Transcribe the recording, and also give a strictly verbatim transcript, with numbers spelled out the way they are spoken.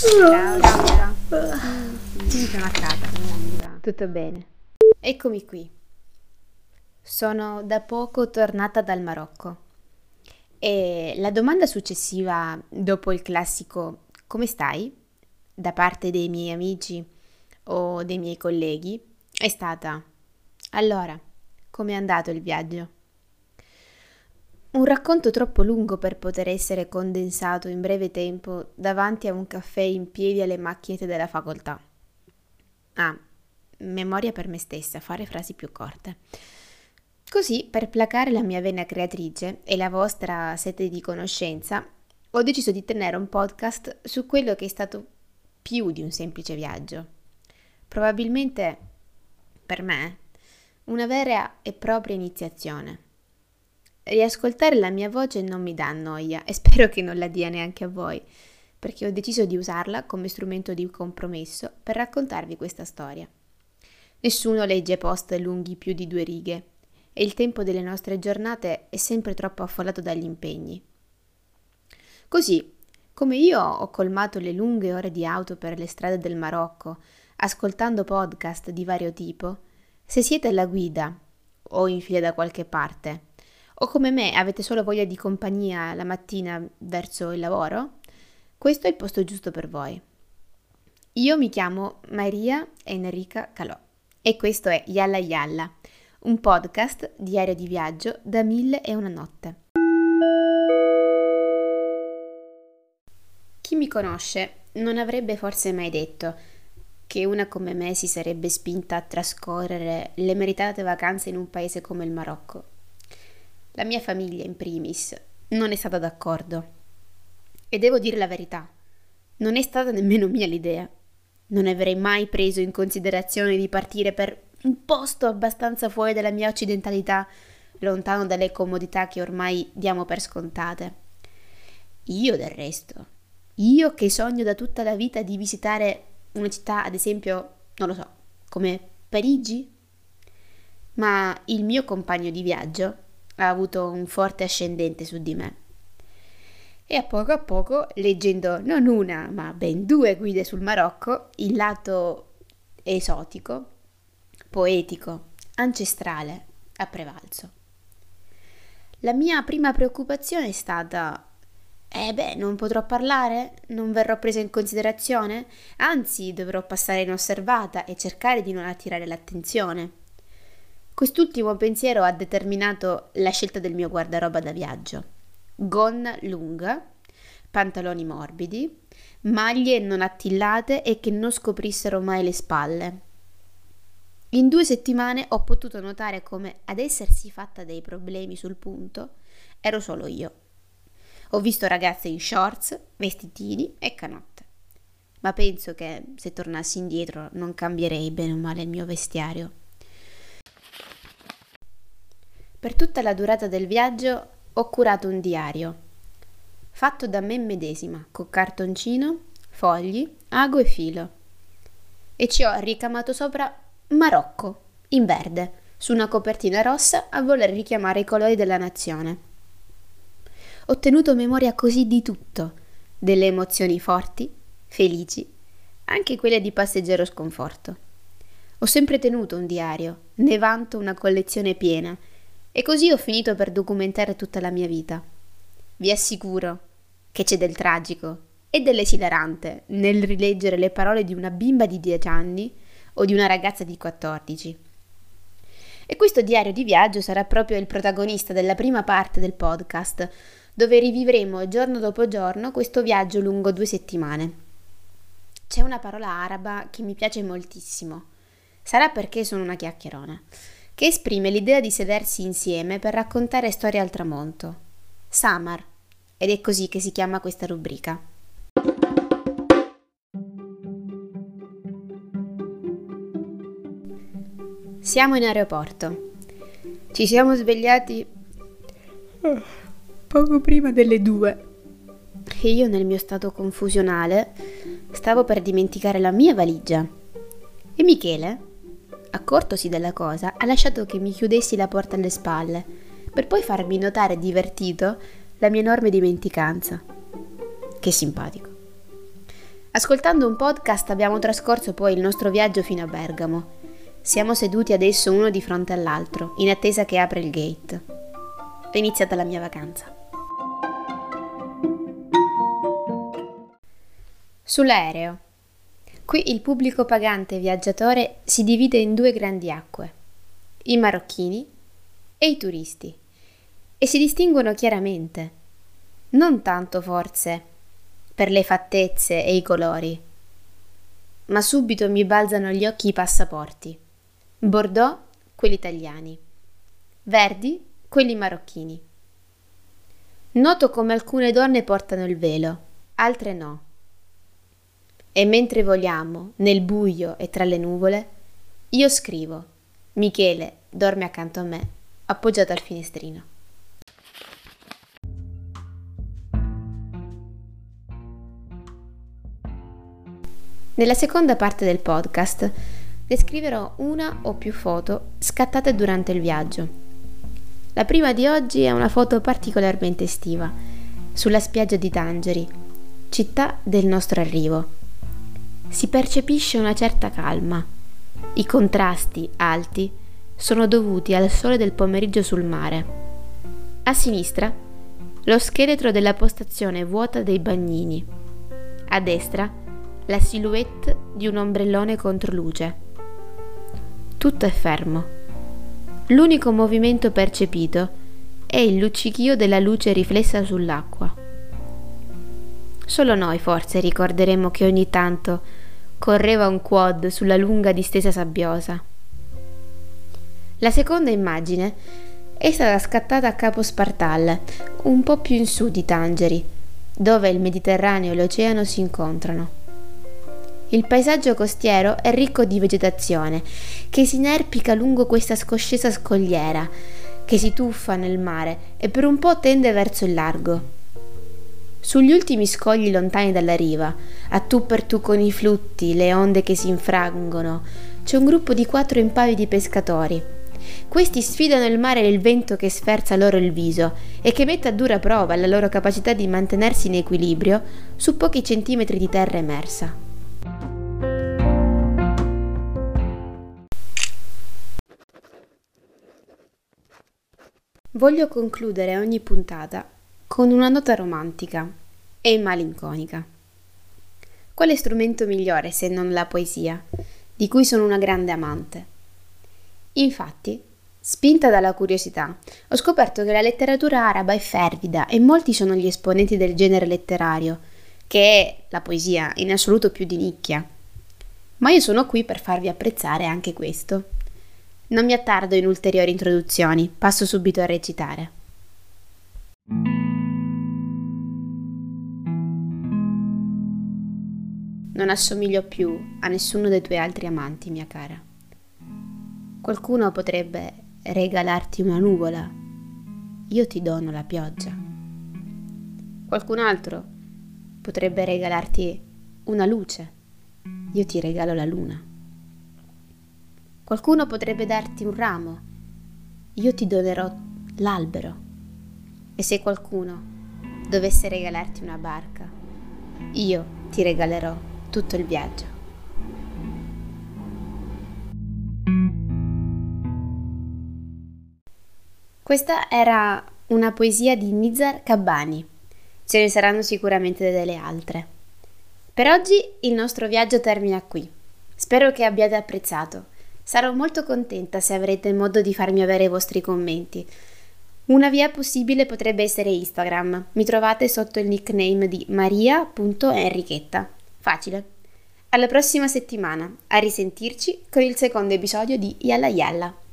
Ciao, ciao. Sì, sono a casa. Tutto bene. Eccomi qui. Sono da poco tornata dal Marocco e la domanda successiva, dopo il classico "come stai?" da parte dei miei amici o dei miei colleghi, è stata: allora, com'è andato il viaggio? Un racconto troppo lungo per poter essere condensato in breve tempo davanti a un caffè in piedi alle macchinette della facoltà. Ah, memoria per me stessa, fare frasi più corte. Così, per placare la mia vena creatrice e la vostra sete di conoscenza, ho deciso di tenere un podcast su quello che è stato più di un semplice viaggio. Probabilmente, per me, una vera e propria iniziazione. Riascoltare la mia voce non mi dà noia e spero che non la dia neanche a voi, perché ho deciso di usarla come strumento di compromesso per raccontarvi questa storia. Nessuno legge post lunghi più di due righe e il tempo delle nostre giornate è sempre troppo affollato dagli impegni. Così, come io ho colmato le lunghe ore di auto per le strade del Marocco, ascoltando podcast di vario tipo, se siete alla guida o in fila da qualche parte, o come me avete solo voglia di compagnia la mattina verso il lavoro, questo è il posto giusto per voi. Io mi chiamo Maria Enrica Calò e questo è Yalla Yalla, un podcast diario di viaggio da mille e una notte. Chi mi conosce non avrebbe forse mai detto che una come me si sarebbe spinta a trascorrere le meritate vacanze in un paese come il Marocco. La mia famiglia, in primis, non è stata d'accordo. E devo dire la verità, non è stata nemmeno mia l'idea. Non avrei mai preso in considerazione di partire per un posto abbastanza fuori dalla mia occidentalità, lontano dalle comodità che ormai diamo per scontate. Io, del resto, io che sogno da tutta la vita di visitare una città, ad esempio, non lo so, come Parigi? Ma il mio compagno di viaggio ha avuto un forte ascendente su di me. E a poco a poco, leggendo non una, ma ben due guide sul Marocco, il lato esotico, poetico, ancestrale ha prevalso. La mia prima preoccupazione è stata: eh beh, non potrò parlare? Non verrò presa in considerazione? Anzi, dovrò passare inosservata e cercare di non attirare l'attenzione. Quest'ultimo pensiero ha determinato la scelta del mio guardaroba da viaggio. Gonna lunga, pantaloni morbidi, maglie non attillate e che non scoprissero mai le spalle. In due settimane ho potuto notare come ad essersi fatta dei problemi sul punto ero solo io. Ho visto ragazze in shorts, vestitini e canotte. Ma penso che se tornassi indietro non cambierei bene o male il mio vestiario. Per tutta la durata del viaggio ho curato un diario, fatto da me medesima, con cartoncino, fogli, ago e filo. E ci ho ricamato sopra Marocco, in verde, su una copertina rossa a voler richiamare i colori della nazione. Ho tenuto memoria così di tutto, delle emozioni forti, felici, anche quelle di passeggero sconforto. Ho sempre tenuto un diario, ne vanto una collezione piena, e così ho finito per documentare tutta la mia vita. Vi assicuro che c'è del tragico e dell'esilarante nel rileggere le parole di una bimba di dieci anni o di una ragazza di quattordici. E questo diario di viaggio sarà proprio il protagonista della prima parte del podcast, dove rivivremo giorno dopo giorno questo viaggio lungo due settimane. C'è una parola araba che mi piace moltissimo. Sarà perché sono una chiacchierona, che esprime l'idea di sedersi insieme per raccontare storie al tramonto. Samar, ed è così che si chiama questa rubrica. Siamo in aeroporto. Ci siamo svegliati poco prima delle due. E io, nel mio stato confusionale, stavo per dimenticare la mia valigia. E Michele, accortosi della cosa, ha lasciato che mi chiudessi la porta alle spalle, per poi farmi notare divertito la mia enorme dimenticanza. Che simpatico. Ascoltando un podcast abbiamo trascorso poi il nostro viaggio fino a Bergamo. Siamo seduti adesso uno di fronte all'altro, in attesa che apra il gate. È iniziata la mia vacanza. Sull'aereo. Qui il pubblico pagante viaggiatore si divide in due grandi acque, i marocchini e i turisti, e si distinguono chiaramente, non tanto forse per le fattezze e i colori, ma subito mi balzano agli occhi i passaporti. Bordeaux, quelli italiani, verdi, quelli marocchini. Noto come alcune donne portano il velo, altre no. E mentre voliamo, nel buio e tra le nuvole, io scrivo. Michele dorme accanto a me, appoggiato al finestrino. Nella seconda parte del podcast descriverò una o più foto scattate durante il viaggio. La prima di oggi è una foto particolarmente estiva, sulla spiaggia di Tangeri, città del nostro arrivo. Si percepisce una certa calma. I contrasti alti sono dovuti al sole del pomeriggio sul mare. A sinistra, lo scheletro della postazione vuota dei bagnini. A destra, la silhouette di un ombrellone controluce. Tutto è fermo. L'unico movimento percepito è il luccichio della luce riflessa sull'acqua. Solo noi forse ricorderemo che ogni tanto correva un quad sulla lunga distesa sabbiosa. La seconda immagine è stata scattata a Capo Spartal, un po' più in su di Tangeri, dove il Mediterraneo e l'oceano si incontrano. Il paesaggio costiero è ricco di vegetazione che si inerpica lungo questa scoscesa scogliera, che si tuffa nel mare e per un po' tende verso il largo. Sugli ultimi scogli lontani dalla riva, a tu per tu con i flutti, le onde che si infrangono, c'è un gruppo di quattro impavidi pescatori. Questi sfidano il mare e il vento che sferza loro il viso e che mette a dura prova la loro capacità di mantenersi in equilibrio su pochi centimetri di terra emersa. Voglio concludere ogni puntata con una nota romantica e malinconica. Quale strumento migliore se non la poesia, di cui sono una grande amante? Infatti, spinta dalla curiosità, ho scoperto che la letteratura araba è fervida e molti sono gli esponenti del genere letterario, che è la poesia in assoluto più di nicchia. Ma io sono qui per farvi apprezzare anche questo. Non mi attardo in ulteriori introduzioni, passo subito a recitare. Non assomiglio più a nessuno dei tuoi altri amanti, mia cara. Qualcuno potrebbe regalarti una nuvola, io ti dono la pioggia. Qualcun altro potrebbe regalarti una luce, io ti regalo la luna. Qualcuno potrebbe darti un ramo, io ti donerò l'albero. E se qualcuno dovesse regalarti una barca, io ti regalerò tutto il viaggio. Questa era una poesia di Nizar Qabbani. Ce ne saranno sicuramente delle altre. Per oggi il nostro viaggio termina qui. Spero che abbiate apprezzato. Sarò molto contenta se avrete modo di farmi avere i vostri commenti. Una via possibile potrebbe essere Instagram. Mi trovate sotto il nickname di maria punto enrichetta. Facile. Alla prossima settimana. A risentirci con il secondo episodio di Yalla Yalla.